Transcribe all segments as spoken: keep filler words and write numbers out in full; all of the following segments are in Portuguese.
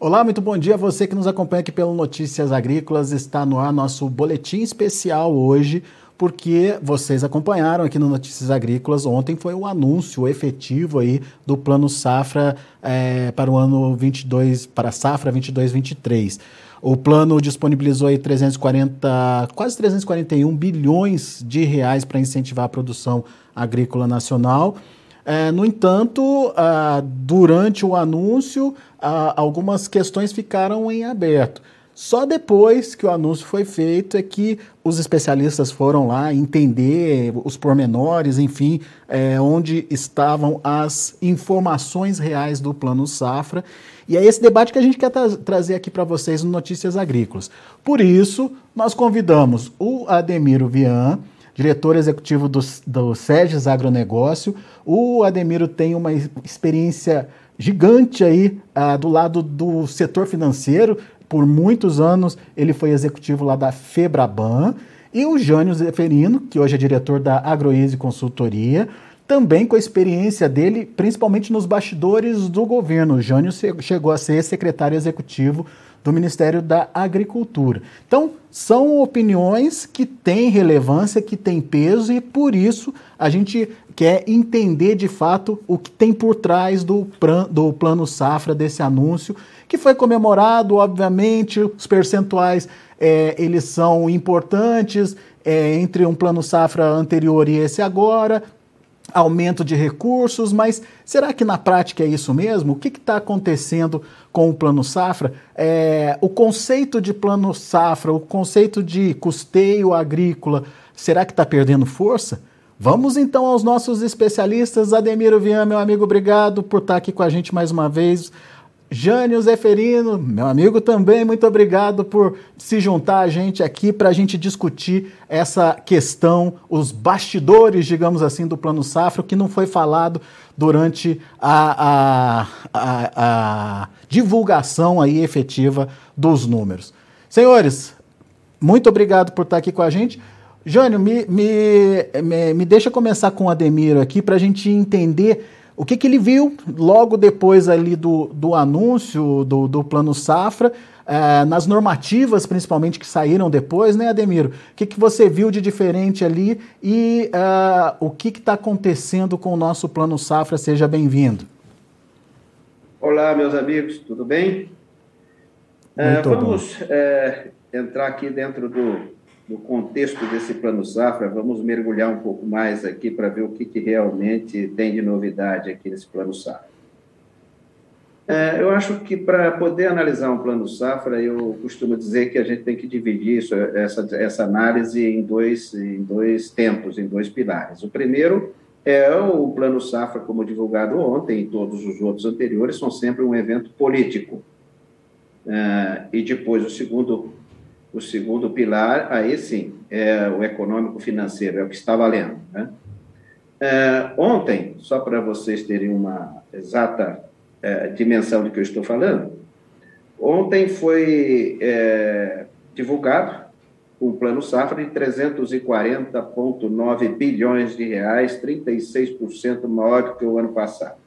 Olá, muito bom dia a você que nos acompanha aqui pelo Notícias Agrícolas. Está no ar nosso boletim especial hoje, porque vocês acompanharam aqui no Notícias Agrícolas. Ontem foi o anúncio efetivo aí do Plano Safra é, para o ano vinte e dois, para a safra vinte e dois vinte e três. O plano disponibilizou aí trezentos e quarenta, quase trezentos e quarenta e um bilhões de reais para incentivar a produção agrícola nacional. É, no entanto, ah, durante o anúncio, ah, algumas questões ficaram em aberto. Só depois que o anúncio foi feito é que os especialistas foram lá entender os pormenores, enfim, é, onde estavam as informações reais do Plano Safra. E é esse debate que a gente quer tra- trazer aqui para vocês no Notícias Agrícolas. Por isso, nós convidamos o Ademiro Vian, diretor executivo do, do SEGES Agronegócio. O Ademiro tem uma experiência gigante aí ah, do lado do setor financeiro. Por muitos anos ele foi executivo lá da Febraban. E o Jânio Zeferino, que hoje é diretor da Agroeasy Consultoria, também com a experiência dele, principalmente nos bastidores do governo. O Jânio chegou a ser secretário executivo do Ministério da Agricultura. Então, são opiniões que têm relevância, que têm peso, e por isso a gente quer entender de fato o que tem por trás do, do Plano Safra, desse anúncio, que foi comemorado, obviamente, os percentuais é, eles são importantes, é, entre um Plano Safra anterior e esse agora, aumento de recursos, mas será que na prática é isso mesmo? O que está acontecendo com o Plano Safra? É, o conceito de Plano Safra, o conceito de custeio agrícola, será que está perdendo força? Vamos então aos nossos especialistas. Ademiro Vian, meu amigo, obrigado por estar aqui com a gente mais uma vez. Jânio Zeferino, meu amigo também, muito obrigado por se juntar a gente aqui para a gente discutir essa questão, os bastidores, digamos assim, do Plano Safra, que não foi falado durante a, a, a, a divulgação aí efetiva dos números. Senhores, muito obrigado por estar aqui com a gente. Jânio, me, me, me, me deixa começar com o Ademiro aqui para a gente entender o que, que ele viu logo depois ali do, do anúncio do, do Plano Safra, eh, nas normativas principalmente que saíram depois, né, Ademiro? O que, que você viu de diferente ali e uh, o que está acontecendo com o nosso Plano Safra? Seja bem-vindo. Olá, meus amigos, tudo bem? Uh, vamos uh, entrar aqui dentro do, do contexto desse Plano Safra, vamos mergulhar um pouco mais aqui para ver o que, que realmente tem de novidade aqui nesse Plano Safra. É, eu acho que para poder analisar um Plano Safra, eu costumo dizer que a gente tem que dividir isso, essa, essa análise em dois, em dois tempos, em dois pilares. O primeiro é o Plano Safra, como divulgado ontem, e todos os outros anteriores, são sempre um evento político. É, e depois o segundo O segundo pilar, aí sim, é o econômico-financeiro, é o que está valendo. Né? É, ontem, só para vocês terem uma exata é, dimensão do que eu estou falando, ontem foi é, divulgado um Plano Safra de trezentos e quarenta vírgula nove bilhões de reais, trinta e seis por cento maior do que o ano passado.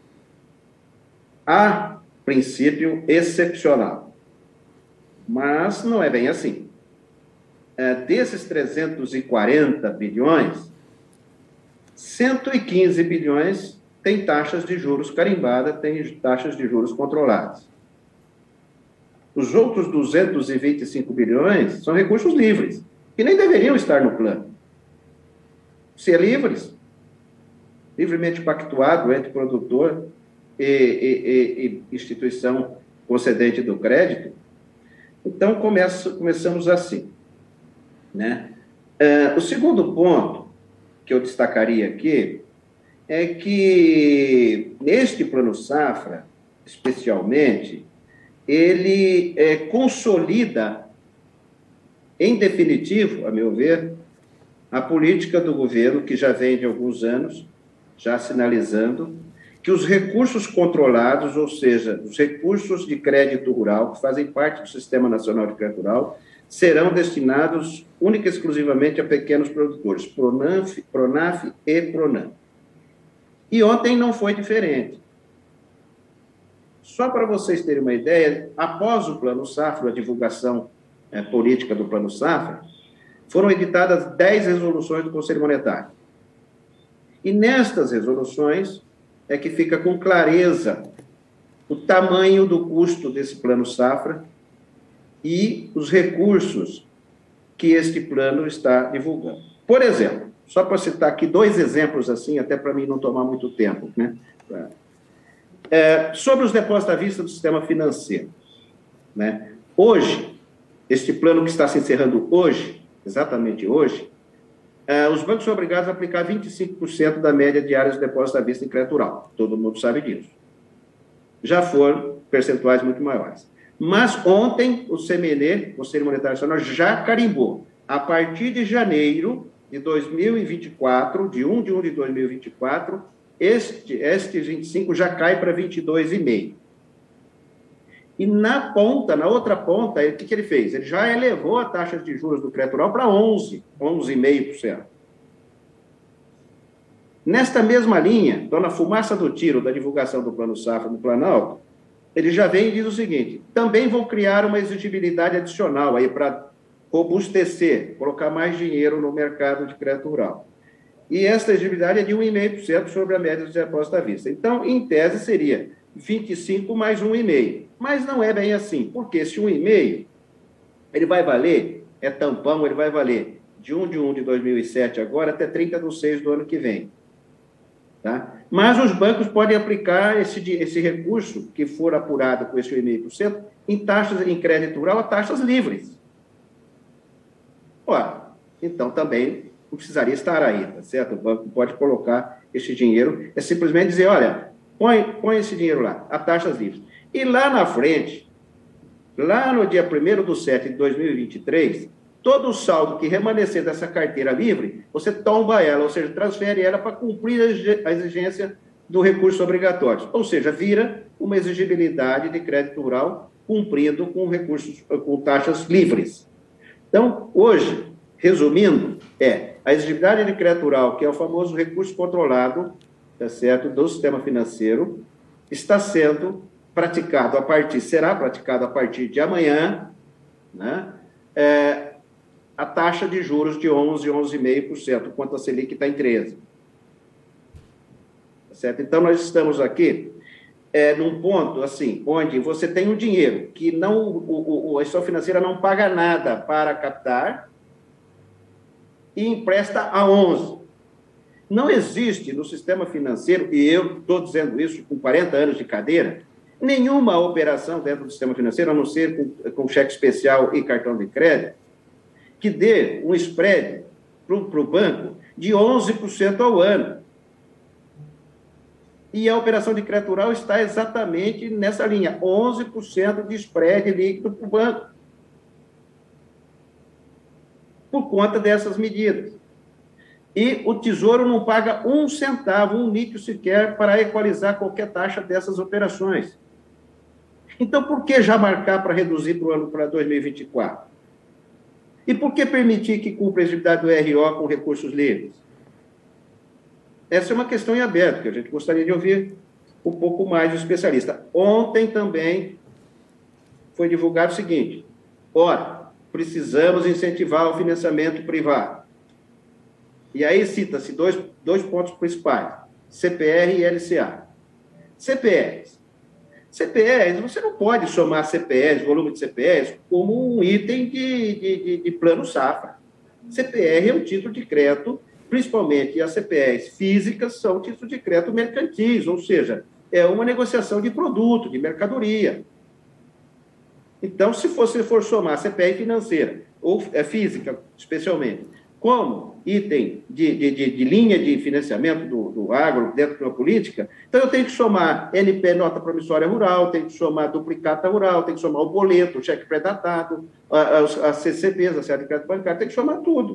A princípio, excepcional, mas não é bem assim. É, desses trezentos e quarenta bilhões, cento e quinze bilhões têm taxas de juros carimbadas, têm taxas de juros controladas. Os outros duzentos e vinte e cinco bilhões são recursos livres, que nem deveriam estar no plano. Se é livres, livremente pactuado entre produtor e, e, e, e instituição concedente do crédito, então começa, começamos assim. Né? Uh, o segundo ponto que eu destacaria aqui é que neste Plano Safra, especialmente, ele é, consolida, em definitivo, a meu ver, a política do governo, que já vem de alguns anos, já sinalizando que os recursos controlados, ou seja, os recursos de crédito rural, que fazem parte do Sistema Nacional de Crédito Rural, serão destinados única e exclusivamente a pequenos produtores, Pronaf, Pronaf e Pronam. E ontem não foi diferente. Só para vocês terem uma ideia, após o Plano Safra, a divulgação é, política do Plano Safra, foram editadas dez resoluções do Conselho Monetário. E nestas resoluções é que fica com clareza o tamanho do custo desse Plano Safra e os recursos que este plano está divulgando. Por exemplo, só para citar aqui dois exemplos assim, até para mim não tomar muito tempo, né? É, sobre os depósitos à vista do sistema financeiro, né? Hoje, este plano que está se encerrando hoje, exatamente hoje, é, os bancos são obrigados a aplicar vinte e cinco por cento da média diária de depósitos à vista em crédito rural. Todo mundo sabe disso. Já foram percentuais muito maiores. Mas ontem o C M N, o Conselho Monetário Nacional, já carimbou. A partir de janeiro de dois mil e vinte e quatro, de primeiro de janeiro de dois mil e vinte e quatro, este, este vinte e cinco já cai para vinte e dois vírgula cinco por cento. E na ponta, na outra ponta, o que, que ele fez? Ele já elevou a taxa de juros do crédito rural para onze, onze vírgula cinco por cento. Nesta mesma linha, então, na fumaça do tiro da divulgação do Plano Safra do Planalto, ele já vem e diz o seguinte: também vão criar uma exigibilidade adicional aí para robustecer, colocar mais dinheiro no mercado de crédito rural. E essa exigibilidade é de um vírgula cinco por cento sobre a média dos depósitos à vista. Então, em tese, seria vinte e cinco mais um vírgula cinco por cento. Mas não é bem assim, porque esse um vírgula cinco por cento, ele vai valer, é tampão, ele vai valer de primeiro de janeiro de dois mil e sete agora até trinta de seis do ano que vem. Tá? Mas os bancos podem aplicar esse, esse recurso que for apurado com esse um vírgula cinco por cento em taxas em crédito rural a taxas livres. Ora, então também não precisaria estar aí, tá certo? O banco pode colocar esse dinheiro, é simplesmente dizer, olha, põe, põe esse dinheiro lá, a taxas livres. E lá na frente, lá no dia primeiro de setembro de dois mil e vinte e três, todo o saldo que remanescer dessa carteira livre, você tomba ela, ou seja, transfere ela para cumprir a exigência do recurso obrigatório. Ou seja, vira uma exigibilidade de crédito rural cumprido com recursos, com taxas livres. Então, hoje, resumindo, é a exigibilidade de crédito rural, que é o famoso recurso controlado, tá certo, do sistema financeiro, está sendo praticado a partir, será praticado a partir de amanhã, né? É, a taxa de juros de onze, onze vírgula cinco por cento, enquanto a Selic está em treze por cento. Tá certo? Então, nós estamos aqui é, num ponto, assim, onde você tem um dinheiro que não, o, o, a instituição financeira não paga nada para captar e empresta a onze. Não existe no sistema financeiro, e eu estou dizendo isso com quarenta anos de cadeira, nenhuma operação dentro do sistema financeiro, a não ser com, com cheque especial e cartão de crédito, que dê um spread para o banco de onze por cento ao ano. E a operação de crédito rural está exatamente nessa linha, onze por cento de spread líquido para o banco. Por conta dessas medidas. E o Tesouro não paga um centavo, um níquel sequer, para equalizar qualquer taxa dessas operações. Então, por que já marcar para reduzir para o ano para dois mil e vinte e quatro? E por que permitir que cumpra a exigibilidade do R O com recursos livres? Essa é uma questão em aberto, que a gente gostaria de ouvir um pouco mais do especialista. Ontem também foi divulgado o seguinte: ora, precisamos incentivar o financiamento privado. E aí cita-se dois, dois pontos principais, C P R e L C A. C P Rs. C P Rs, você não pode somar C P Rs, volume de C P Rs, como um item de, de, de plano safra. C P R é um título de crédito, principalmente as C P Rs físicas são títulos de crédito mercantis, ou seja, é uma negociação de produto, de mercadoria. Então, se você for somar C P R financeira, ou é física, especialmente, como item de, de, de, de linha de financiamento do, do agro dentro de uma política, então eu tenho que somar N P, nota promissória rural, tenho que somar duplicata rural, tenho que somar o boleto, o cheque pré-datado, as, as C C Bs, a certa de crédito bancário, tem que somar tudo.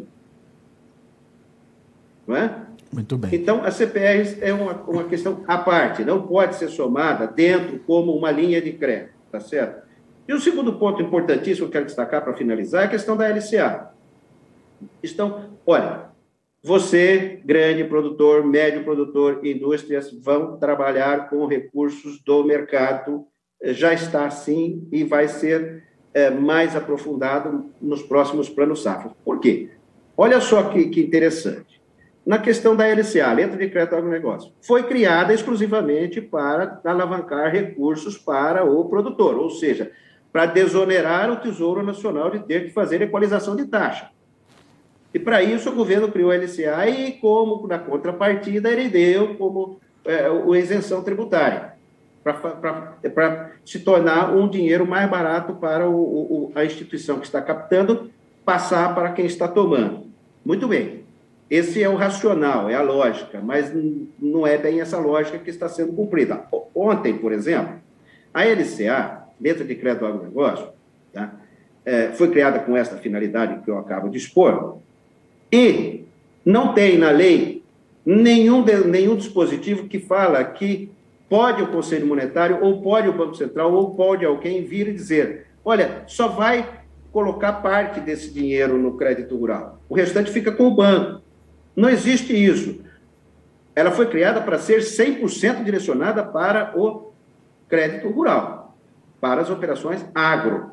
Não é? Muito bem. Então, a C P Rs é uma, uma questão à parte, não pode ser somada dentro como uma linha de crédito, tá certo? E o segundo ponto importantíssimo que eu quero destacar para finalizar é a questão da L C A. Então, olha, você, grande produtor, médio produtor, indústrias, vão trabalhar com recursos do mercado já está assim e vai ser é, mais aprofundado nos próximos planos safra. Por quê? Olha só que, que interessante. Na questão da L C A, Letra de Crédito ao Agronegócio, foi criada exclusivamente para alavancar recursos para o produtor, ou seja, para desonerar o Tesouro Nacional de ter que fazer equalização de taxa. E para isso o governo criou a L C A e, como na contrapartida, ele deu como é, a isenção tributária, para se tornar um dinheiro mais barato para o, o, a instituição que está captando passar para quem está tomando. Muito bem, esse é o racional, é a lógica, mas não é bem essa lógica que está sendo cumprida. Ontem, por exemplo, a L C A, Letra de Crédito ao Agronegócio, tá, é, foi criada com essa finalidade que eu acabo de expor, e não tem na lei nenhum, nenhum dispositivo que fala que pode o Conselho Monetário, ou pode o Banco Central, ou pode alguém vir e dizer, olha, só vai colocar parte desse dinheiro no crédito rural, o restante fica com o banco. Não existe isso. Ela foi criada para ser cem por cento direcionada para o crédito rural, para as operações agro.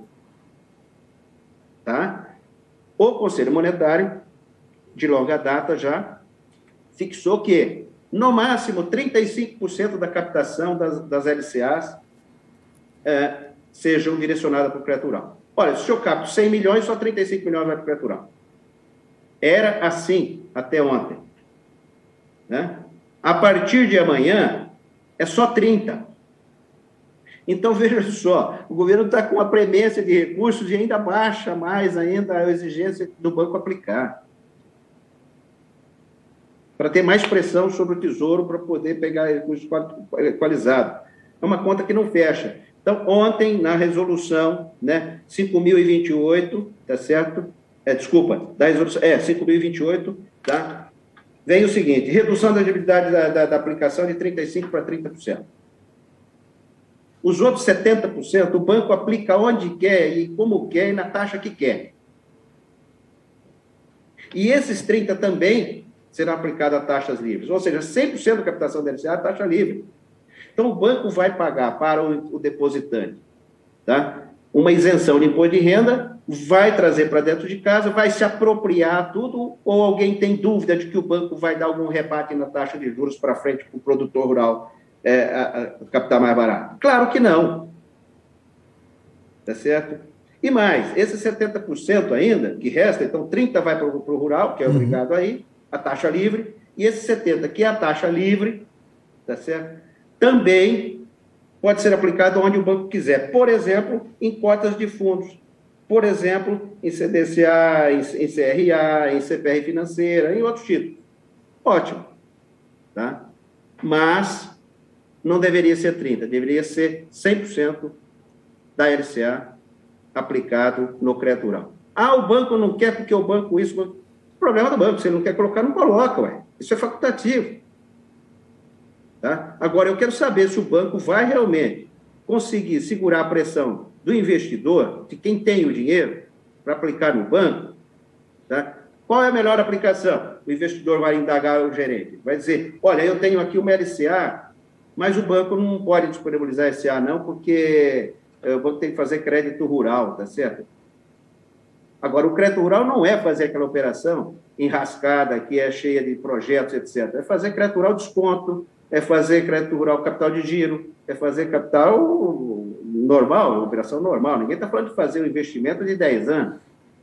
Tá? O Conselho Monetário, de longa data já, fixou que, no máximo, trinta e cinco por cento da captação das, das L C As é, sejam direcionadas para o crédito rural. Olha, se eu capto cem milhões, só trinta e cinco milhões vai para o crédito rural. Era assim até ontem. Né? A partir de amanhã, é só trinta. Então, veja só, o governo está com a premência de recursos e ainda baixa mais ainda a exigência do banco aplicar. Para ter mais pressão sobre o Tesouro, para poder pegar recursos equalizados. É uma conta que não fecha. Então, ontem, na resolução, né, cinco mil e vinte e oito, tá certo? É, desculpa, da resolução, é, cinco mil e vinte e oito, tá? Vem o seguinte, redução da elegibilidade da, da, da aplicação de trinta e cinco por cento para trinta por cento. Os outros setenta por cento, o banco aplica onde quer e como quer e na taxa que quer. E esses trinta por cento também serão aplicados a taxas livres, ou seja, cem por cento da captação da L C A é taxa livre. Então, o banco vai pagar para o, o depositante, tá? Uma isenção de imposto de renda, vai trazer para dentro de casa, vai se apropriar tudo, ou alguém tem dúvida de que o banco vai dar algum rebate na taxa de juros para frente para o produtor rural é, a, a captar mais barato? Claro que não. Tá certo? E mais, esses setenta por cento ainda, que resta, então trinta por cento vai para o rural, que é obrigado aí, a taxa livre, e esses setenta por cento, que é a taxa livre, tá certo? Também pode ser aplicado onde o banco quiser. Por exemplo, em cotas de fundos. Por exemplo, em C D C A, em C R A, em C P R financeira, em outros títulos. Ótimo. Tá? Mas não deveria ser trinta por cento, deveria ser cem por cento da L C A aplicado no crédito rural. Ah, o banco não quer porque o banco isso... O problema do banco, se ele não quer colocar, não coloca, ué. Isso é facultativo. Tá? Agora, eu quero saber se o banco vai realmente conseguir segurar a pressão do investidor, de quem tem o dinheiro, para aplicar no banco. Tá? Qual é a melhor aplicação? O investidor vai indagar o gerente. Vai dizer, olha, eu tenho aqui uma L C A, mas o banco não pode disponibilizar L C A não, porque o banco tem que fazer crédito rural, tá certo? Agora, o crédito rural não é fazer aquela operação enrascada, que é cheia de projetos, etcétera. É fazer crédito rural desconto, é fazer crédito rural capital de giro, é fazer capital normal, operação normal. Ninguém está falando de fazer um investimento de dez anos.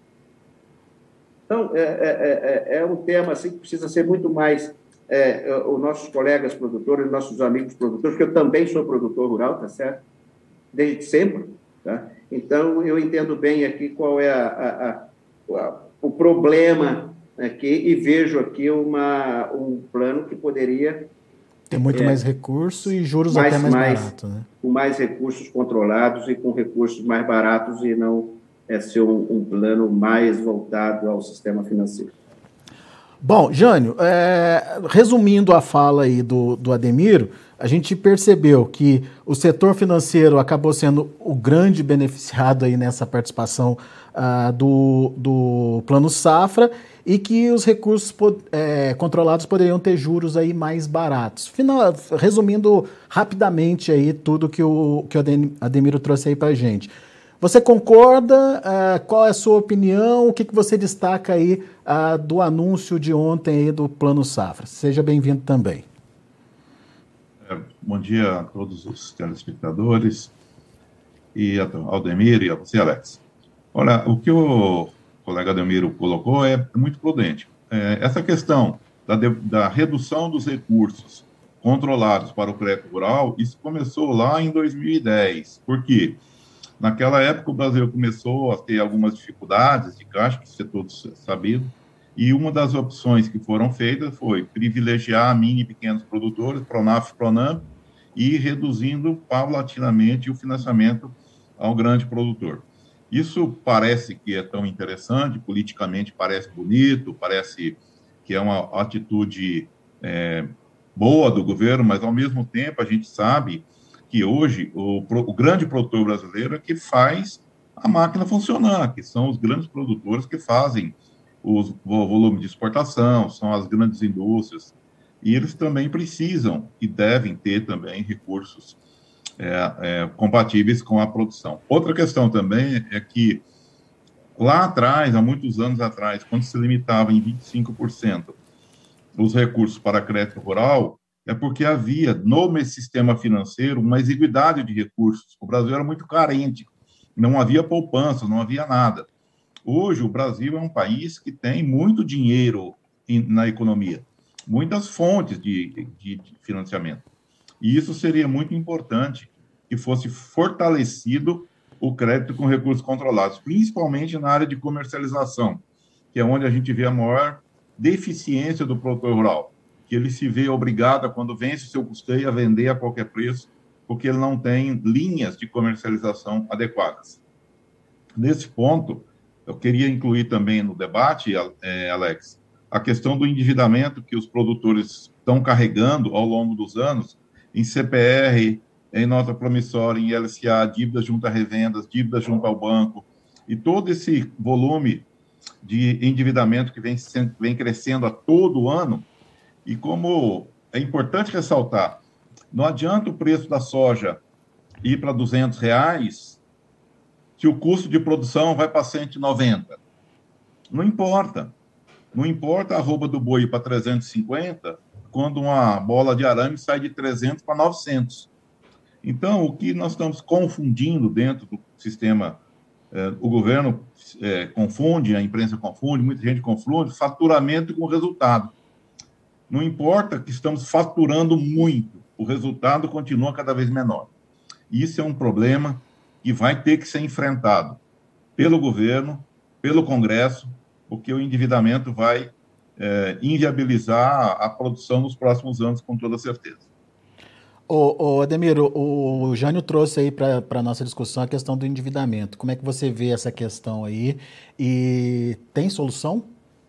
Então, é, é, é, é um tema assim, que precisa ser muito mais... É, os nossos colegas produtores, os nossos amigos produtores, porque eu também sou produtor rural, tá certo? Desde sempre, tá? Então, eu entendo bem aqui qual é a, a, a, o problema aqui e vejo aqui uma, um plano que poderia... Tem muito é, mais recurso e juros mais, até mais, mais baratos, né? Com mais recursos controlados e com recursos mais baratos e não é, ser um, um plano mais voltado ao sistema financeiro. Bom, Jânio, é, resumindo a fala aí do, do Ademiro, a gente percebeu que o setor financeiro acabou sendo o grande beneficiado aí nessa participação uh, do, do Plano Safra e que os recursos é, controlados poderiam ter juros aí mais baratos. Final, resumindo rapidamente aí tudo que o, que o Ademiro trouxe aí para a gente. Você concorda? Uh, qual é a sua opinião? O que, que você destaca aí uh, do anúncio de ontem aí do Plano Safra? Seja bem-vindo também. É, bom dia a todos os telespectadores e ao Ademiro e a você, Alex. Olha, o que o colega Ademiro colocou é muito prudente. É, essa questão da, de, da redução dos recursos controlados para o crédito rural, isso começou lá em dois mil e dez. Por quê? Naquela época, o Brasil começou a ter algumas dificuldades de caixa, que isso é todo sabido, e uma das opções que foram feitas foi privilegiar mini e pequenos produtores, Pronaf e Pronamp, e reduzindo paulatinamente o financiamento ao grande produtor. Isso parece que é tão interessante, politicamente parece bonito, parece que é uma atitude é, boa do governo, mas, ao mesmo tempo, a gente sabe que hoje o, o grande produtor brasileiro é que faz a máquina funcionar, que são os grandes produtores que fazem os, o volume de exportação, são as grandes indústrias, e eles também precisam e devem ter também recursos é, é, compatíveis com a produção. Outra questão também é que lá atrás, há muitos anos atrás, quando se limitava em vinte e cinco por cento os recursos para crédito rural, é porque havia no sistema financeiro uma exiguidade de recursos. O Brasil era muito carente, não havia poupança, não havia nada. Hoje, o Brasil é um país que tem muito dinheiro na economia, muitas fontes de, de, de financiamento. E isso seria muito importante que fosse fortalecido o crédito com recursos controlados, principalmente na área de comercialização, que é onde a gente vê a maior deficiência do produtor rural, que ele se vê obrigado, quando vence o seu custeio, a vender a qualquer preço, porque ele não tem linhas de comercialização adequadas. Nesse ponto, eu queria incluir também no debate, é, Alex, a questão do endividamento que os produtores estão carregando ao longo dos anos em C P R, em nota promissória, em L C A, dívidas junto a revendas, dívidas junto ao banco, e todo esse volume de endividamento que vem, vem crescendo a todo ano. E como é importante ressaltar, não adianta o preço da soja ir para duzentos reais se o custo de produção vai para cento e noventa. Não importa. Não importa a arroba do boi para trezentos e cinquenta, quando uma bola de arame sai de trezentos para novecentos. Então, o que nós estamos confundindo dentro do sistema, eh, o governo eh, confunde, a imprensa confunde, muita gente confunde, faturamento com resultado. Não importa que estamos faturando muito, o resultado continua cada vez menor. Isso é um problema que vai ter que ser enfrentado pelo governo, pelo Congresso, porque o endividamento vai é, inviabilizar a produção nos próximos anos, com toda certeza. Ô, ô Ademiro, o Jânio trouxe aí para a nossa discussão a questão do endividamento. Como é que você vê essa questão aí? E tem solução?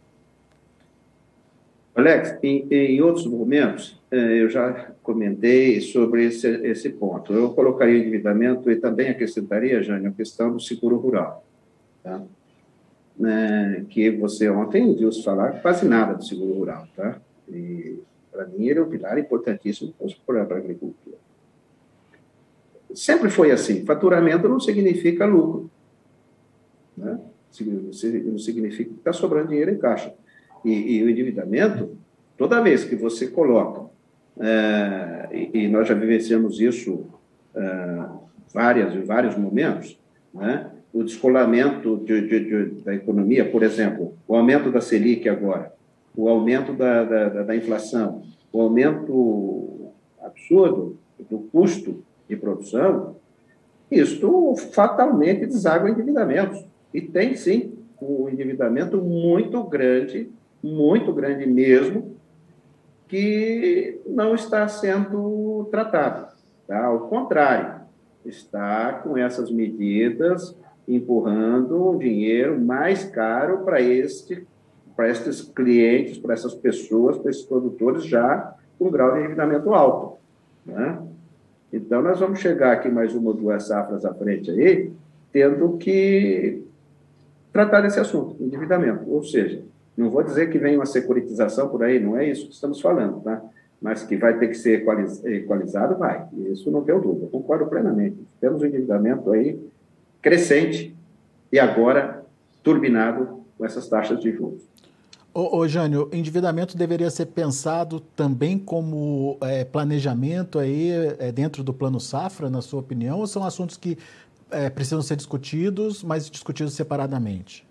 Alex, em, em outros momentos, eu já comentei sobre esse, esse ponto. Eu colocaria o endividamento e também acrescentaria, Jânio, a questão do seguro rural. Tá? É, que você ontem ouviu falar quase nada do seguro rural. Tá? E, para mim, ele é um pilar importantíssimo para a agricultura. Sempre foi assim. Faturamento não significa lucro. Né? Não significa que está sobrando dinheiro em caixa. E, e o endividamento, toda vez que você coloca, é, e, e nós já vivenciamos isso é, várias, em vários momentos, né? O descolamento de, de, de, da economia, por exemplo, o aumento da Selic agora, o aumento da, da, da inflação, o aumento absurdo do custo de produção, isso fatalmente deságua endividamentos. E tem, sim, um endividamento muito grande, muito grande mesmo, que não está sendo tratado. Tá? Ao contrário, está com essas medidas empurrando um dinheiro mais caro para este, para estes clientes, para essas pessoas, para esses produtores já com grau de endividamento alto. Né? Então, nós vamos chegar aqui mais uma ou duas safras à frente aí, tendo que tratar desse assunto, endividamento. Ou seja, Não vou dizer que vem uma securitização por aí, não é isso que estamos falando, tá? Mas que vai ter que ser equalizado, vai. Isso não tenho dúvida, concordo plenamente. Temos um endividamento aí crescente e agora turbinado com essas taxas de juros. Ô, ô Jânio, endividamento deveria ser pensado também como é, planejamento aí é, dentro do Plano Safra, na sua opinião, ou são assuntos que é, precisam ser discutidos, mas discutidos separadamente?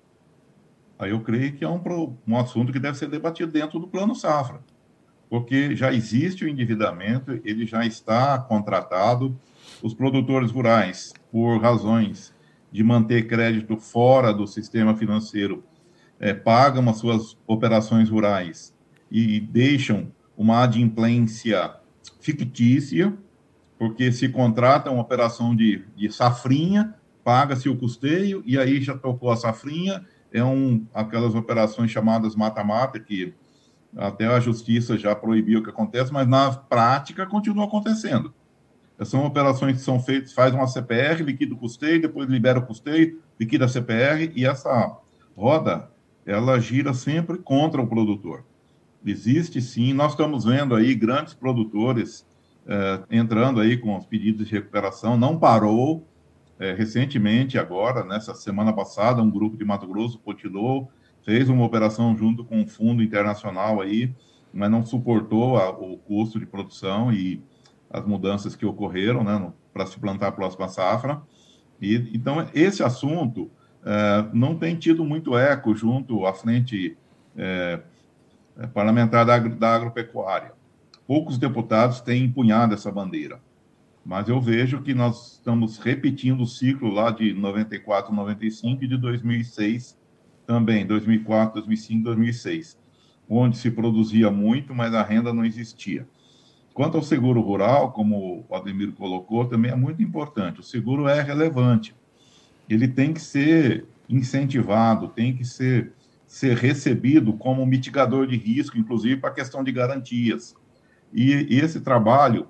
Aí eu creio que é um, um assunto que deve ser debatido dentro do Plano Safra, porque já existe o endividamento, ele já está contratado, os produtores rurais, por razões de manter crédito fora do sistema financeiro, é, pagam as suas operações rurais e deixam uma adimplência fictícia, porque se contrata uma operação de, de safrinha, paga-se o custeio, e aí já tocou a safrinha, é um, aquelas operações chamadas mata-mata, que até a justiça já proibiu que aconteça, mas na prática continua acontecendo. São operações que são feitas, faz uma C P R, liquida o custeio, depois libera o custeio, liquida a C P R, e essa roda, ela gira sempre contra o produtor. Existe sim, nós estamos vendo aí grandes produtores eh, entrando aí com os pedidos de recuperação, não parou. Eh, recentemente, agora, nessa semana passada, um grupo de Mato Grosso continuou, fez uma operação junto com um fundo internacional aí, mas não suportou a, o custo de produção e as mudanças que ocorreram, né, para se plantar a próxima safra. E, então, esse assunto é, não tem tido muito eco junto à frente é, parlamentar da, da agropecuária. Poucos deputados têm empunhado essa bandeira, mas eu vejo que nós estamos repetindo o ciclo lá de noventa e quatro, noventa e cinco e de dois mil e seis também, dois mil e quatro, dois mil e cinco, dois mil e seis, onde se produzia muito, mas a renda não existia. Quanto ao seguro rural, como o Ademir colocou, também é muito importante. O seguro é relevante. Ele tem que ser incentivado, tem que ser, ser recebido como mitigador de risco, inclusive para a questão de garantias. E, e esse trabalho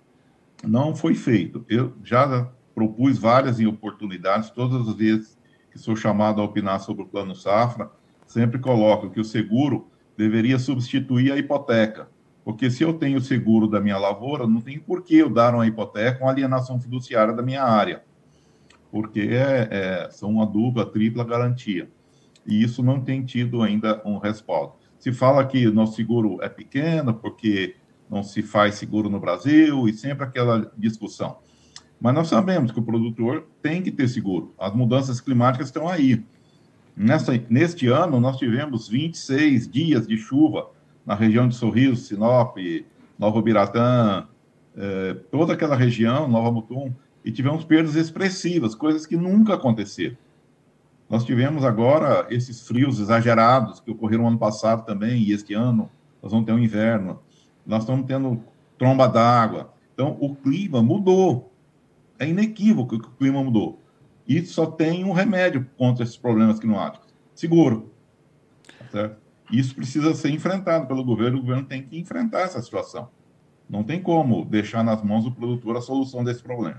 não foi feito. Eu já propus várias oportunidades, todas as vezes que sou chamado a opinar sobre o Plano Safra, sempre coloco que o seguro deveria substituir a hipoteca. Porque se eu tenho seguro da minha lavoura, não tem por que eu dar uma hipoteca, uma alienação fiduciária da minha área. Porque é, é, são uma dupla, tripla garantia. E isso não tem tido ainda um respaldo. Se fala que o nosso seguro é pequeno, porque não se faz seguro no Brasil, e sempre aquela discussão. Mas nós sabemos que o produtor tem que ter seguro. As mudanças climáticas estão aí. Nessa, neste ano, nós tivemos vinte e seis dias de chuva na região de Sorriso, Sinop, Nova Ubiratã, eh, toda aquela região, Nova Mutum, e tivemos perdas expressivas, coisas que nunca aconteceram. Nós tivemos agora esses frios exagerados que ocorreram ano passado também, e este ano nós vamos ter um inverno. Nós estamos tendo tromba d'água. Então, o clima mudou. É inequívoco que o clima mudou. E só tem um remédio contra esses problemas climáticos: seguro. Tá certo? Isso precisa ser enfrentado pelo governo, o governo tem que enfrentar essa situação. Não tem como deixar nas mãos do produtor a solução desse problema.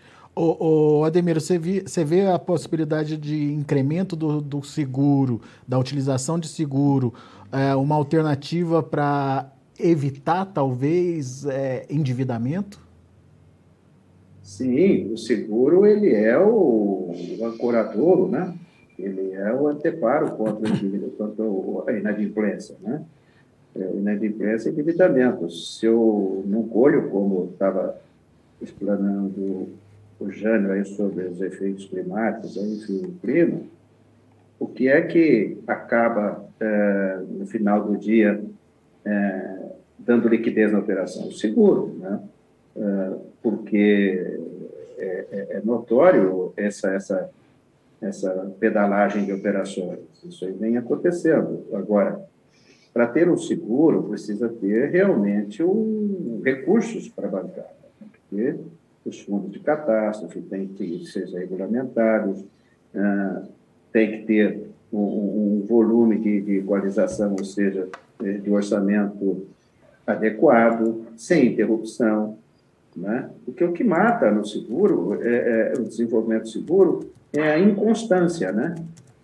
Ô, ô Ademir, você, vi, você vê a possibilidade de incremento do, do seguro, da utilização de seguro, é, uma alternativa para evitar, talvez, é, endividamento? Sim, o seguro ele é o, o ancoradouro, né? Ele é o anteparo contra, contra a inadimplência, né? É, inadimplência e endividamento. Se eu não colho, como estava explanando o Jânio aí sobre os efeitos climáticos, aí, enfim, o clima, o que é que acaba, é, no final do dia, é, dando liquidez na operação? O seguro, né? É, porque é, é, é notório essa, essa essa pedalagem de operações. Isso aí vem acontecendo. Agora, para ter um seguro, precisa ter realmente um, recursos para bancar. Tem que ter os fundos de catástrofe, tem que ser regulamentados, uh, tem que ter um, um volume de, de equalização, ou seja, de orçamento adequado, sem interrupção, né? Porque o que mata no seguro, é, é, o desenvolvimento seguro, é a inconstância, né?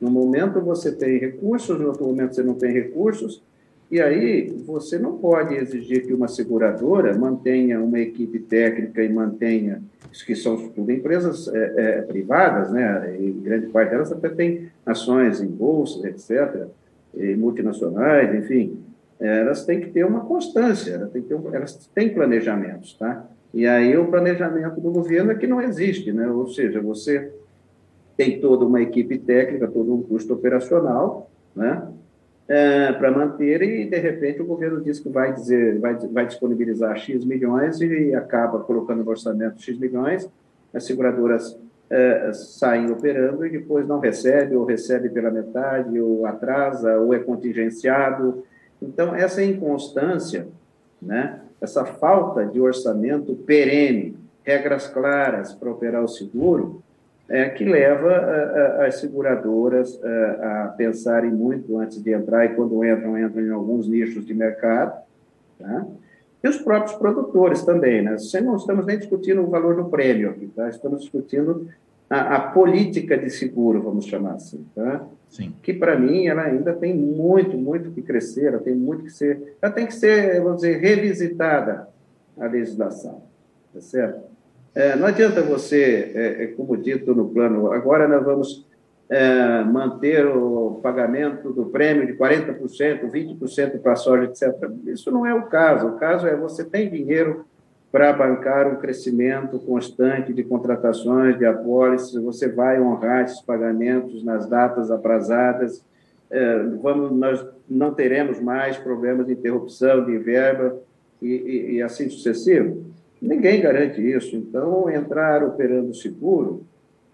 No momento você tem recursos, no outro momento você não tem recursos, e aí você não pode exigir que uma seguradora mantenha uma equipe técnica e mantenha, que são tudo empresas é, é, privadas, né? E grande parte delas até tem ações em bolsas, etcétera, e multinacionais, enfim, elas têm que ter uma constância, elas têm, que ter um, elas têm planejamentos, tá? E aí o planejamento do governo é que não existe, né? Ou seja, você tem toda uma equipe técnica, todo um custo operacional, né? É, para manter, e de repente o governo diz que vai dizer, vai, vai disponibilizar X milhões e acaba colocando no orçamento X milhões, as seguradoras é, saem operando e depois não recebe, ou recebe pela metade, ou atrasa, ou é contingenciado. Então, essa inconstância, né, essa falta de orçamento perene, regras claras para operar o seguro, é, que leva a, a, as seguradoras a, a pensarem muito antes de entrar, e quando entram, entram em alguns nichos de mercado, tá? E os próprios produtores também, né? Não estamos nem discutindo o valor do prêmio aqui, tá? Estamos discutindo a, a política de seguro, vamos chamar assim, tá? Sim. Que, para mim, ela ainda tem muito, muito que crescer, ela tem muito que ser, ela tem que ser, vamos dizer, revisitada, a legislação, tá certo? É, não adianta você, é, é, como dito no plano, agora nós vamos é, manter o pagamento do prêmio de quarenta por cento, vinte por cento para a soja, etcétera. Isso não é o caso. O caso é você tem dinheiro para bancar um crescimento constante de contratações, de apólices, você vai honrar esses pagamentos nas datas aprazadas, é, vamos, nós não teremos mais problemas de interrupção de verba e, e, e assim sucessivo. Ninguém garante isso. Então, entrar operando seguro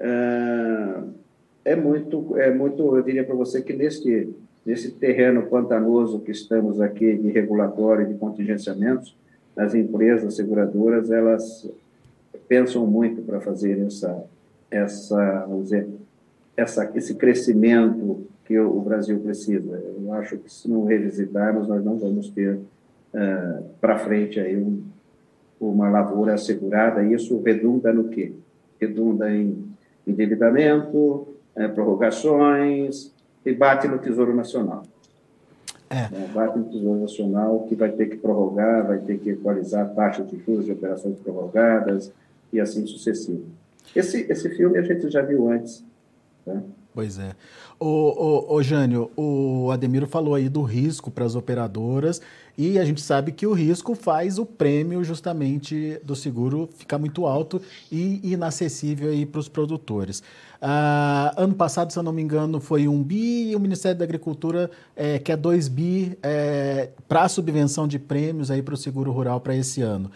é, é, muito, é muito, eu diria para você que nesse, nesse terreno pantanoso que estamos aqui de regulatório e de contingenciamentos, as empresas seguradoras, elas pensam muito para fazer essa, essa, vamos dizer, essa, esse crescimento que o Brasil precisa. Eu acho que se não revisitarmos, nós não vamos ter uh, para frente aí um, uma lavoura assegurada, e isso redunda no quê? Redunda em endividamento, eh, prorrogações, e bate no Tesouro Nacional. É. Né? Bate no Tesouro Nacional, que vai ter que prorrogar, vai ter que equalizar taxas de juros de operações prorrogadas, e assim sucessivo. Esse, esse filme a gente já viu antes, tá? Pois é. Ô, ô, ô, Jânio, o Ademiro falou aí do risco para as operadoras, e a gente sabe que o risco faz o prêmio justamente do seguro ficar muito alto e inacessível aí para os produtores. Ah, ano passado, se eu não me engano, foi um bi, e o Ministério da Agricultura é, quer dois bi é, para a subvenção de prêmios aí para o seguro rural para esse ano.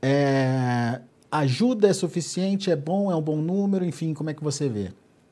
É, ajuda é suficiente? É bom? É um bom número? Enfim, como é que você vê?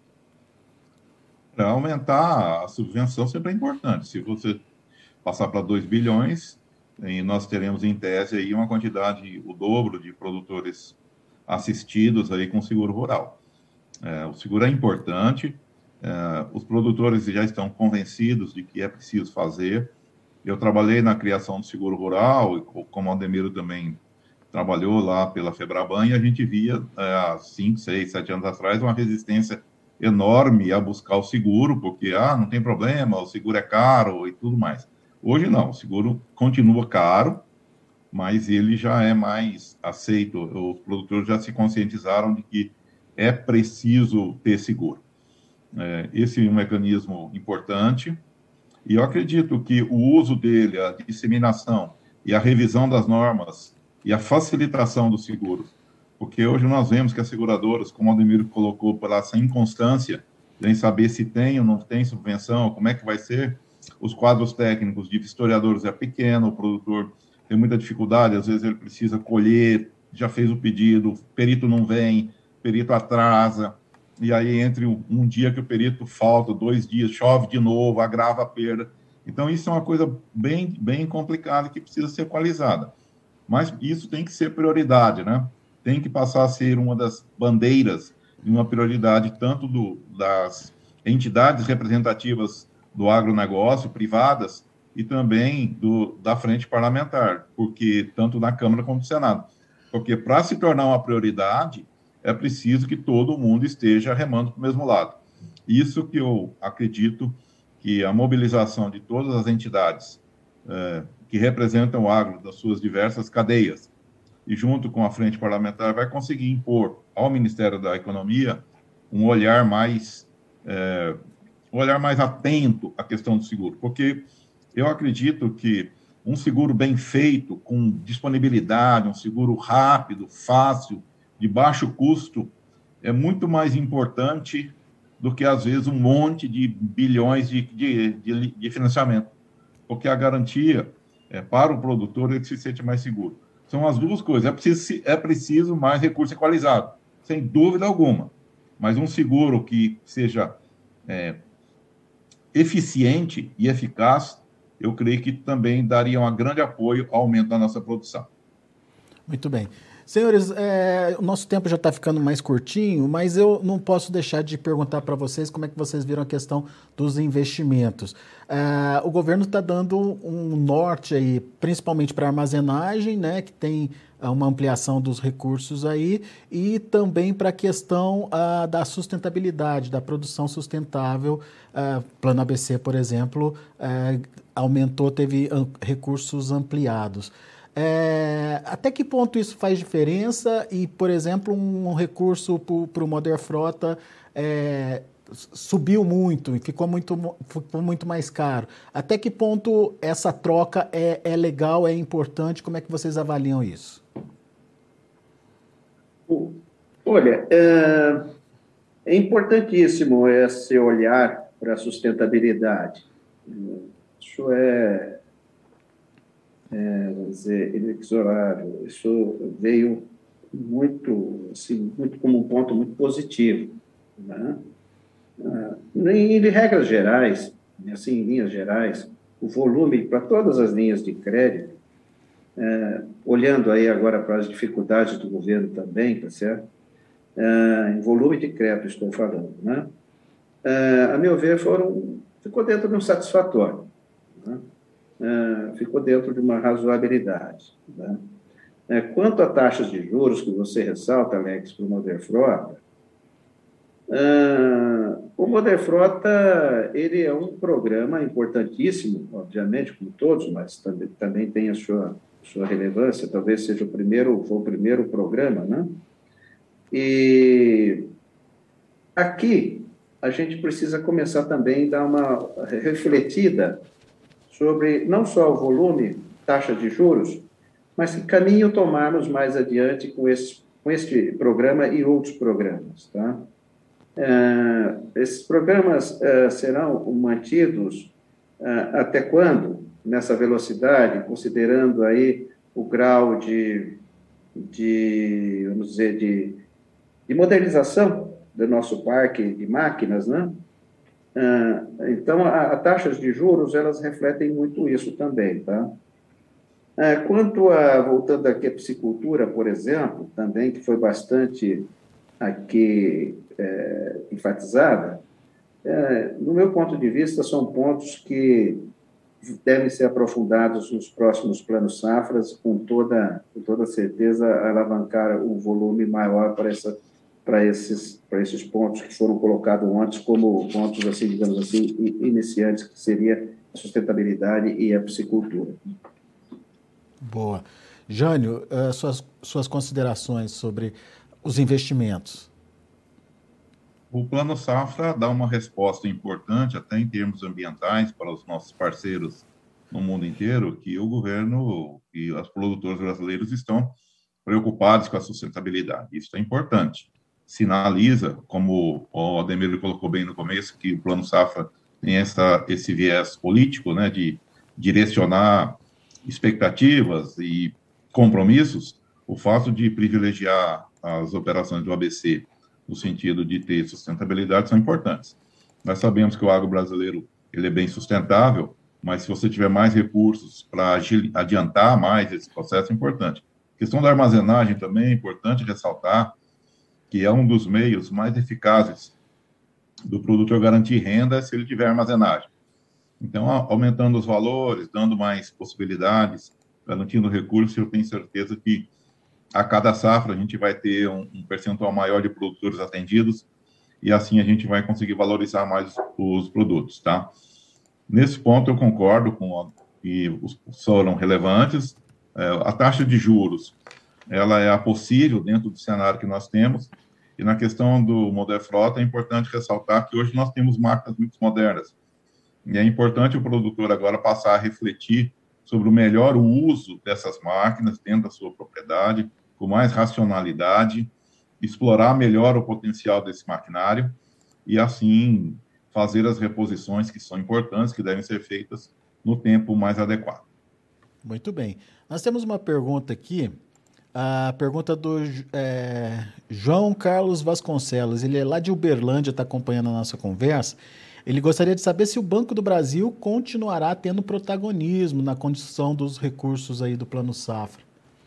Aumentar a subvenção sempre é importante. Se você passar para dois bilhões, nós teremos em tese aí uma quantidade, o dobro de produtores assistidos aí com seguro rural. É, o seguro é importante, é, os produtores já estão convencidos de que é preciso fazer. Eu trabalhei na criação do seguro rural, como o Ademiro também trabalhou lá pela Febraban, e a gente via é, há cinco, seis, sete anos atrás uma resistência enorme a buscar o seguro, porque, ah, não tem problema, o seguro é caro e tudo mais. Hoje não, o seguro continua caro, mas ele já é mais aceito, os produtores já se conscientizaram de que é preciso ter seguro. É, esse é um mecanismo importante, e eu acredito que o uso dele, a disseminação e a revisão das normas e a facilitação dos seguros, porque hoje nós vemos que as seguradoras, como o Ademiro colocou, pela essa inconstância em saber se tem ou não tem subvenção, como é que vai ser, os quadros técnicos de historiadores é pequeno, o produtor tem muita dificuldade, às vezes ele precisa colher, já fez o pedido, o perito não vem, o perito atrasa, e aí entre um, um dia que o perito falta, dois dias, chove de novo, agrava a perda. Então isso é uma coisa bem, bem complicada que precisa ser equalizada. Mas isso tem que ser prioridade, né? Tem que passar a ser uma das bandeiras e uma prioridade tanto do, das entidades representativas do agronegócio, privadas, e também do, da frente parlamentar, porque tanto na Câmara como no Senado. Porque para se tornar uma prioridade, é preciso que todo mundo esteja remando para o mesmo lado. Isso que eu acredito que a mobilização de todas as entidades eh, que representam o agro das suas diversas cadeias e junto com a frente parlamentar vai conseguir impor ao Ministério da Economia um olhar mais eh, um olhar mais atento à questão do seguro, porque eu acredito que um seguro bem feito, com disponibilidade, um seguro rápido, fácil, de baixo custo, é muito mais importante do que, às vezes, um monte de bilhões de, de, de, de financiamento, porque a garantia é, para o produtor ele se sente mais seguro. São as duas coisas. É preciso, é preciso mais recurso equalizado, sem dúvida alguma, mas um seguro que seja é, eficiente e eficaz, eu creio que também daria um grande apoio ao aumento da nossa produção. Muito bem. Senhores, é, o nosso tempo já está ficando mais curtinho, mas eu não posso deixar de perguntar para vocês como é que vocês viram a questão dos investimentos. É, o governo está dando um norte aí, principalmente para armazenagem, né, que tem uma ampliação dos recursos aí, e também para a questão ah, da sustentabilidade, da produção sustentável. Ah, Plano A B C, por exemplo, ah, aumentou, teve recursos ampliados. É, até que ponto isso faz diferença e, por exemplo, um, um recurso para o Moder Frota é, subiu muito e ficou muito, ficou muito mais caro. Até que ponto essa troca é, é legal, é importante? Como é que vocês avaliam isso? Olha, é, é importantíssimo esse olhar para a sustentabilidade. Isso é... É, dizer, inexorável. Isso veio muito, assim, muito como um ponto muito positivo, né? Ah, em, em regras gerais, assim, em linhas gerais, o volume para todas as linhas de crédito, é, olhando aí agora para as dificuldades do governo também, tá certo? É, em volume de crédito estou falando, né? É, a meu ver, foram, ficou dentro de um satisfatório, né? Uh, ficou dentro de uma razoabilidade, né? Uh, quanto a taxas de juros que você ressalta, Alex, para o Moder Frota, uh, o Moder Frota ele é um programa importantíssimo, obviamente, como todos, mas também, também tem a sua, sua relevância, talvez seja o primeiro, foi o primeiro programa, né? E aqui a gente precisa começar também a dar uma refletida sobre não só o volume, taxa de juros, mas que caminho tomarmos mais adiante com, esse, com este programa e outros programas. Tá? Uh, esses programas uh, serão mantidos uh, até quando? Nessa velocidade, considerando aí o grau de, de vamos dizer, de, de modernização do nosso parque de máquinas, né? Uh, então, a, a taxas de juros, elas refletem muito isso também, tá? Uh, quanto a, voltando aqui à piscicultura, por exemplo, também, que foi bastante aqui é, enfatizada, é, no meu ponto de vista, são pontos que devem ser aprofundados nos próximos planos safras, com toda, com toda certeza, alavancar um volume maior para essa para esses, para esses pontos que foram colocados antes como pontos, assim, digamos assim, iniciantes, que seria a sustentabilidade e a piscicultura. Boa. Jânio, uh, suas, suas considerações sobre os investimentos. O Plano Safra dá uma resposta importante, até em termos ambientais, para os nossos parceiros no mundo inteiro, que o governo e os produtores brasileiros estão preocupados com a sustentabilidade. Isso é importante. Sinaliza, como o Ademir colocou bem no começo, que o Plano Safra tem essa, esse viés político, né, de direcionar expectativas e compromissos. O fato de privilegiar as operações do A B C no sentido de ter sustentabilidade são importantes. Nós sabemos que o agro brasileiro ele é bem sustentável, mas se você tiver mais recursos para adiantar mais esse processo, é importante. A questão da armazenagem também é importante ressaltar, que é um dos meios mais eficazes do produtor garantir renda se ele tiver armazenagem. Então, aumentando os valores, dando mais possibilidades, garantindo recursos, eu tenho certeza que a cada safra a gente vai ter um, um percentual maior de produtores atendidos e assim a gente vai conseguir valorizar mais os produtos, tá? Nesse ponto eu concordo com que os foram relevantes. É, a taxa de juros, ela é a possível dentro do cenário que nós temos, e na questão do Model Frota é importante ressaltar que hoje nós temos máquinas muito modernas, e é importante o produtor agora passar a refletir sobre o melhor uso dessas máquinas dentro da sua propriedade, com mais racionalidade, explorar melhor o potencial desse maquinário e, assim, fazer as reposições que são importantes, que devem ser feitas no tempo mais adequado. Muito bem. Nós temos uma pergunta aqui, a pergunta do é, João Carlos Vasconcelos. Ele é lá de Uberlândia, está acompanhando a nossa conversa. Ele gostaria de saber se o Banco do Brasil continuará tendo protagonismo na condição dos recursos aí do Plano Safra.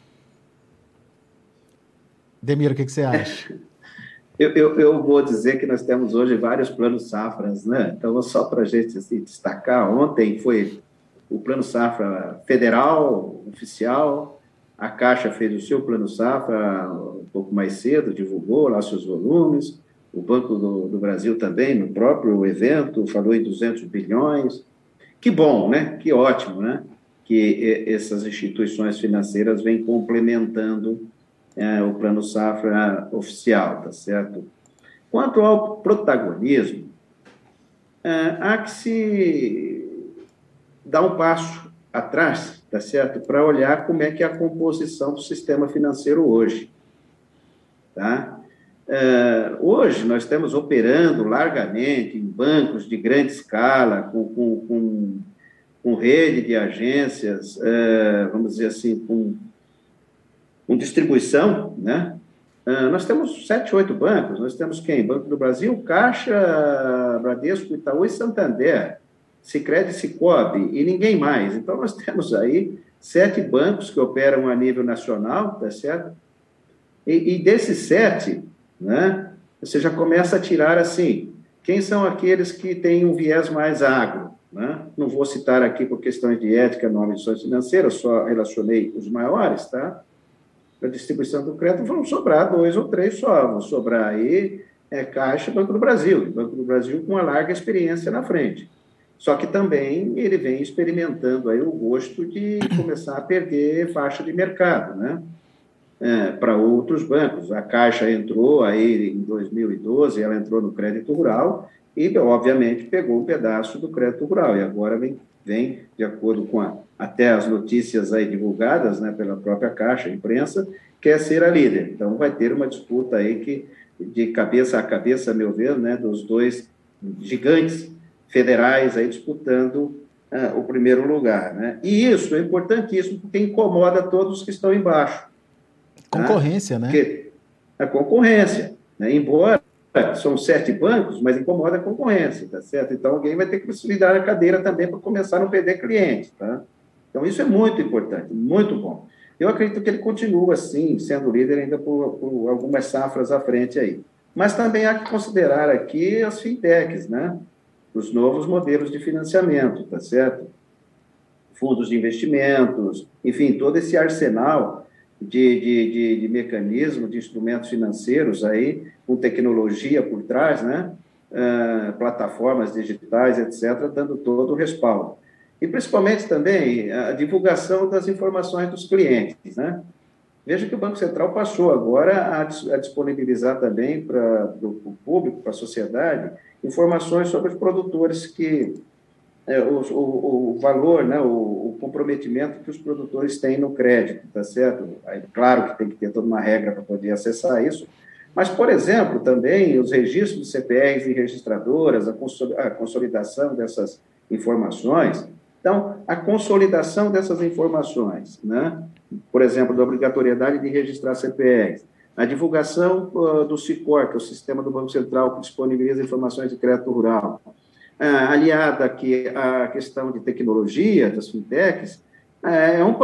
Demiro, o que, que você acha? Eu, eu, eu vou dizer que nós temos hoje vários planos safras, né? Então, só para a gente assim, destacar, ontem foi o Plano Safra Federal, oficial, a Caixa fez o seu Plano Safra um pouco mais cedo, divulgou lá seus volumes, o Banco do, do Brasil também, no próprio evento, falou em duzentos bilhões. Que bom, né? Que ótimo, né? Que essas instituições financeiras vêm complementando É, o Plano Safra oficial, tá certo? Quanto ao protagonismo, é, há que se dar um passo atrás, tá certo? Para olhar como é que é a composição do sistema financeiro hoje, tá? É, hoje nós estamos operando largamente em bancos de grande escala, com, com, com, com rede de agências, é, vamos dizer assim, com com distribuição, né? Uh, nós temos sete, oito bancos, nós temos quem? Banco do Brasil, Caixa, Bradesco, Itaú e Santander, Sicredi, Sicobi e ninguém mais. Então, nós temos aí sete bancos que operam a nível nacional, tá certo? E, e desses sete, né, você já começa a tirar assim, quem são aqueles que têm um viés mais agro, né? Não vou citar aqui por questões de ética, normas financeiras, só relacionei os maiores, tá? Da distribuição do crédito, vão sobrar dois ou três só, vão sobrar aí é, Caixa e Banco do Brasil, e Banco do Brasil com uma larga experiência na frente. Só que também ele vem experimentando aí o gosto de começar a perder faixa de mercado, né? É, para outros bancos. A Caixa entrou aí em dois mil e doze, ela entrou no crédito rural e, obviamente, pegou um pedaço do crédito rural, e agora vem, vem de acordo com a até as notícias aí divulgadas, né, pela própria Caixa, a imprensa, quer ser a líder. Então, vai ter uma disputa aí que, de cabeça a cabeça, a meu ver, né, dos dois gigantes federais aí disputando uh, o primeiro lugar, né? E isso é importantíssimo porque incomoda todos que estão embaixo. Concorrência, tá? né? Porque a concorrência, né? Embora são sete bancos, mas incomoda a concorrência, tá certo? Então, alguém vai ter que se lidar na cadeira também para começar a não perder cliente, tá? Então, isso é muito importante, muito bom. Eu acredito que ele continua, assim, sendo líder ainda por, por algumas safras à frente aí. Mas também há que considerar aqui as fintechs, né? Os novos modelos de financiamento, tá certo? Fundos de investimentos, enfim, todo esse arsenal de, de, de, de mecanismos, de instrumentos financeiros aí, com tecnologia por trás, né? Uh, plataformas digitais, etcétera, dando todo o respaldo. E, principalmente, também, a divulgação das informações dos clientes, né? Veja que o Banco Central passou agora a, a disponibilizar também para o público, para a sociedade, informações sobre os produtores que... É, o, o, o valor, né, o, o comprometimento que os produtores têm no crédito, tá certo? Aí, claro que tem que ter toda uma regra para poder acessar isso, mas, por exemplo, também os registros de C P Rs e registradoras, a consolidação dessas informações. Então, a consolidação dessas informações, né? Por exemplo, da obrigatoriedade de registrar C P Rs, a divulgação uh, do SICOR, que é o Sistema do Banco Central que disponibiliza informações de crédito rural, uh, aliada aqui à questão de tecnologia, das fintechs, uh, é um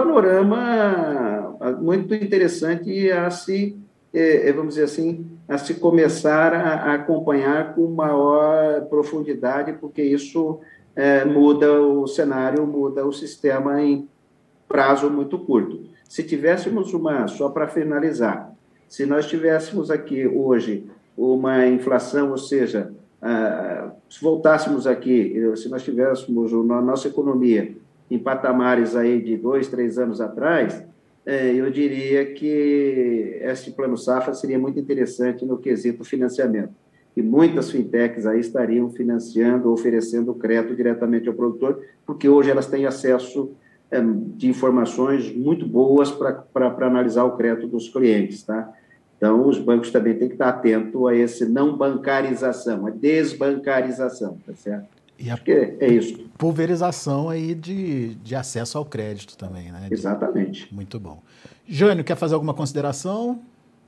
panorama muito interessante a se, eh, vamos dizer assim, a se começar a, a acompanhar com maior profundidade, porque isso... É, muda o cenário, muda o sistema em prazo muito curto. Se tivéssemos uma, só para finalizar, se nós tivéssemos aqui hoje uma inflação, ou seja, ah, se voltássemos aqui, se nós tivéssemos a nossa economia em patamares aí de dois, três anos atrás, eh, eu diria que esse Plano Safra seria muito interessante no quesito financiamento. E muitas fintechs aí estariam financiando, oferecendo crédito diretamente ao produtor, porque hoje elas têm acesso eh, de informações muito boas para analisar o crédito dos clientes, tá? Então, os bancos também têm que estar atentos a esse não bancarização, a desbancarização, tá certo? E a Acho que é isso. Pulverização aí de, de acesso ao crédito também, né? Exatamente. Muito bom. Jânio, quer fazer alguma consideração?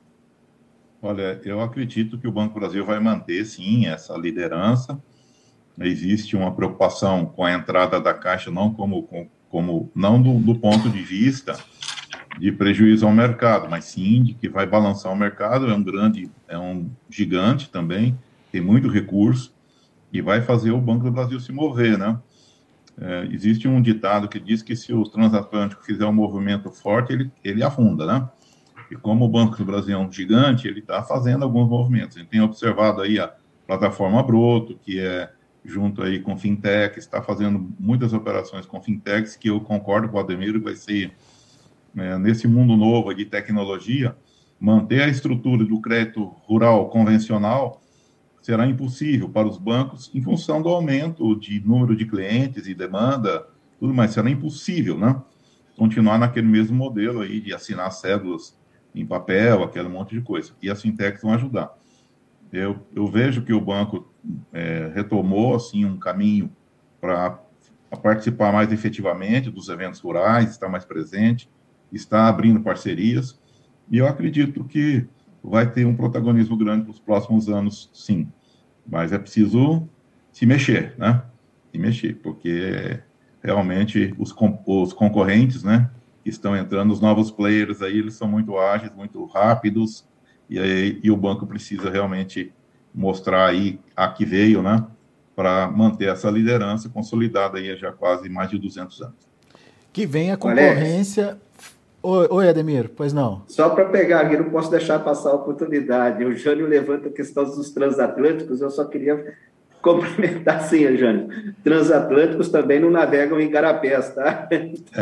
Olha, eu acredito que o Banco do Brasil vai manter, sim, essa liderança. Existe uma preocupação com a entrada da Caixa, não como, como não do, do ponto de vista de prejuízo ao mercado, mas sim de que vai balançar o mercado. É um grande, é um gigante também, tem muito recurso e vai fazer o Banco do Brasil se mover, né? É, existe um ditado que diz que se o transatlântico fizer um movimento forte, ele, ele afunda, né? E como o Banco do Brasil é um gigante, ele está fazendo alguns movimentos. A gente tem observado aí a plataforma Broto, que é junto aí com fintechs, está fazendo muitas operações com fintechs, que eu concordo com o Ademir, vai ser, é, nesse mundo novo de tecnologia, manter a estrutura do crédito rural convencional será impossível para os bancos em função do aumento de número de clientes e demanda, tudo mais, será impossível, né? Continuar naquele mesmo modelo aí de assinar cédulas em papel, aquele monte de coisa. E as fintechs vão ajudar. Eu, eu vejo que o banco é, retomou, assim, um caminho para participar mais efetivamente dos eventos rurais, estar mais presente, está abrindo parcerias, e eu acredito que vai ter um protagonismo grande nos próximos anos, sim. Mas é preciso se mexer, né? Se mexer, porque realmente os, os concorrentes, né, que estão entrando, os novos players aí, eles são muito ágeis, muito rápidos, e, aí, e o banco precisa realmente mostrar aí a que veio, né, para manter essa liderança consolidada aí há já quase mais de duzentos anos. Que vem a concorrência... Oi, oi, Ademir, pois não? Só para pegar aqui, não posso deixar passar a oportunidade. O Jânio levanta a questão dos transatlânticos, eu só queria complementar assim, Jânio. Transatlânticos também não navegam em garapés, tá? Então,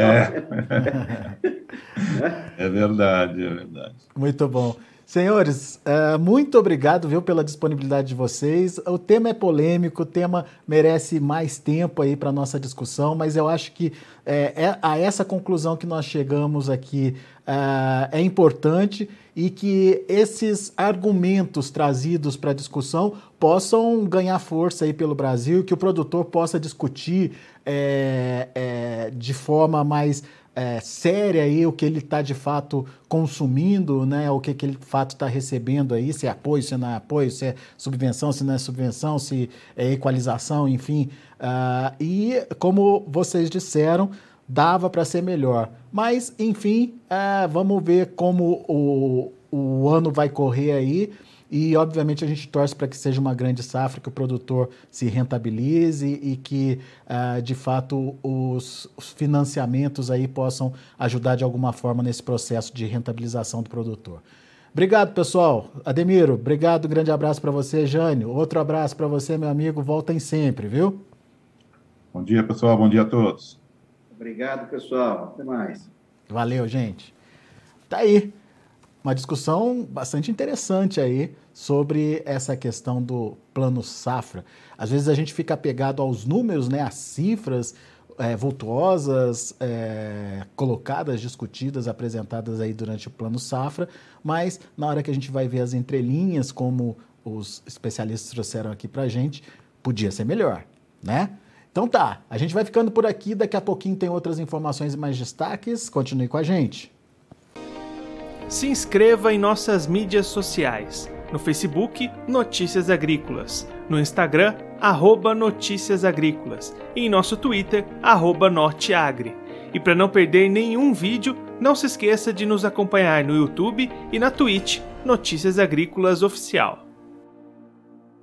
é. é verdade, é verdade. Muito bom. Senhores, uh, muito obrigado, viu, pela disponibilidade de vocês. O tema é polêmico, o tema merece mais tempo aí para nossa discussão, mas eu acho que é, é, a essa conclusão que nós chegamos aqui uh, é importante e que esses argumentos trazidos para a discussão possam ganhar força aí pelo Brasil, que o produtor possa discutir é, é, de forma mais É, séria aí o que ele está de fato consumindo, né? O que, que ele de fato está recebendo aí, se é apoio, se não é apoio, se é subvenção, se não é subvenção, se é equalização, enfim. Uh, e como vocês disseram, dava para ser melhor. Mas, enfim, uh, vamos ver como o, o ano vai correr aí. E, obviamente, a gente torce para que seja uma grande safra, que o produtor se rentabilize e que, uh, de fato, os, os financiamentos aí possam ajudar de alguma forma nesse processo de rentabilização do produtor. Obrigado, pessoal. Ademiro, obrigado, grande abraço para você, Jânio. Outro abraço para você, meu amigo. Voltem sempre, viu? Bom dia, pessoal. Bom dia a todos. Obrigado, pessoal. Até mais. Valeu, gente. Tá aí. Uma discussão bastante interessante aí sobre essa questão do plano safra. Às vezes a gente fica apegado aos números, né, às cifras é, vultuosas, é, colocadas, discutidas, apresentadas aí durante o plano safra, mas na hora que a gente vai ver as entrelinhas, como os especialistas trouxeram aqui pra gente, podia ser melhor, né? Então tá, a gente vai ficando por aqui, daqui a pouquinho tem outras informações e mais destaques, continue com a gente. Se inscreva em nossas mídias sociais. No Facebook, Notícias Agrícolas. No Instagram, arroba Notícias Agrícolas. E em nosso Twitter, arroba Norteagri. E para não perder nenhum vídeo, não se esqueça de nos acompanhar no YouTube e na Twitch, Notícias Agrícolas Oficial.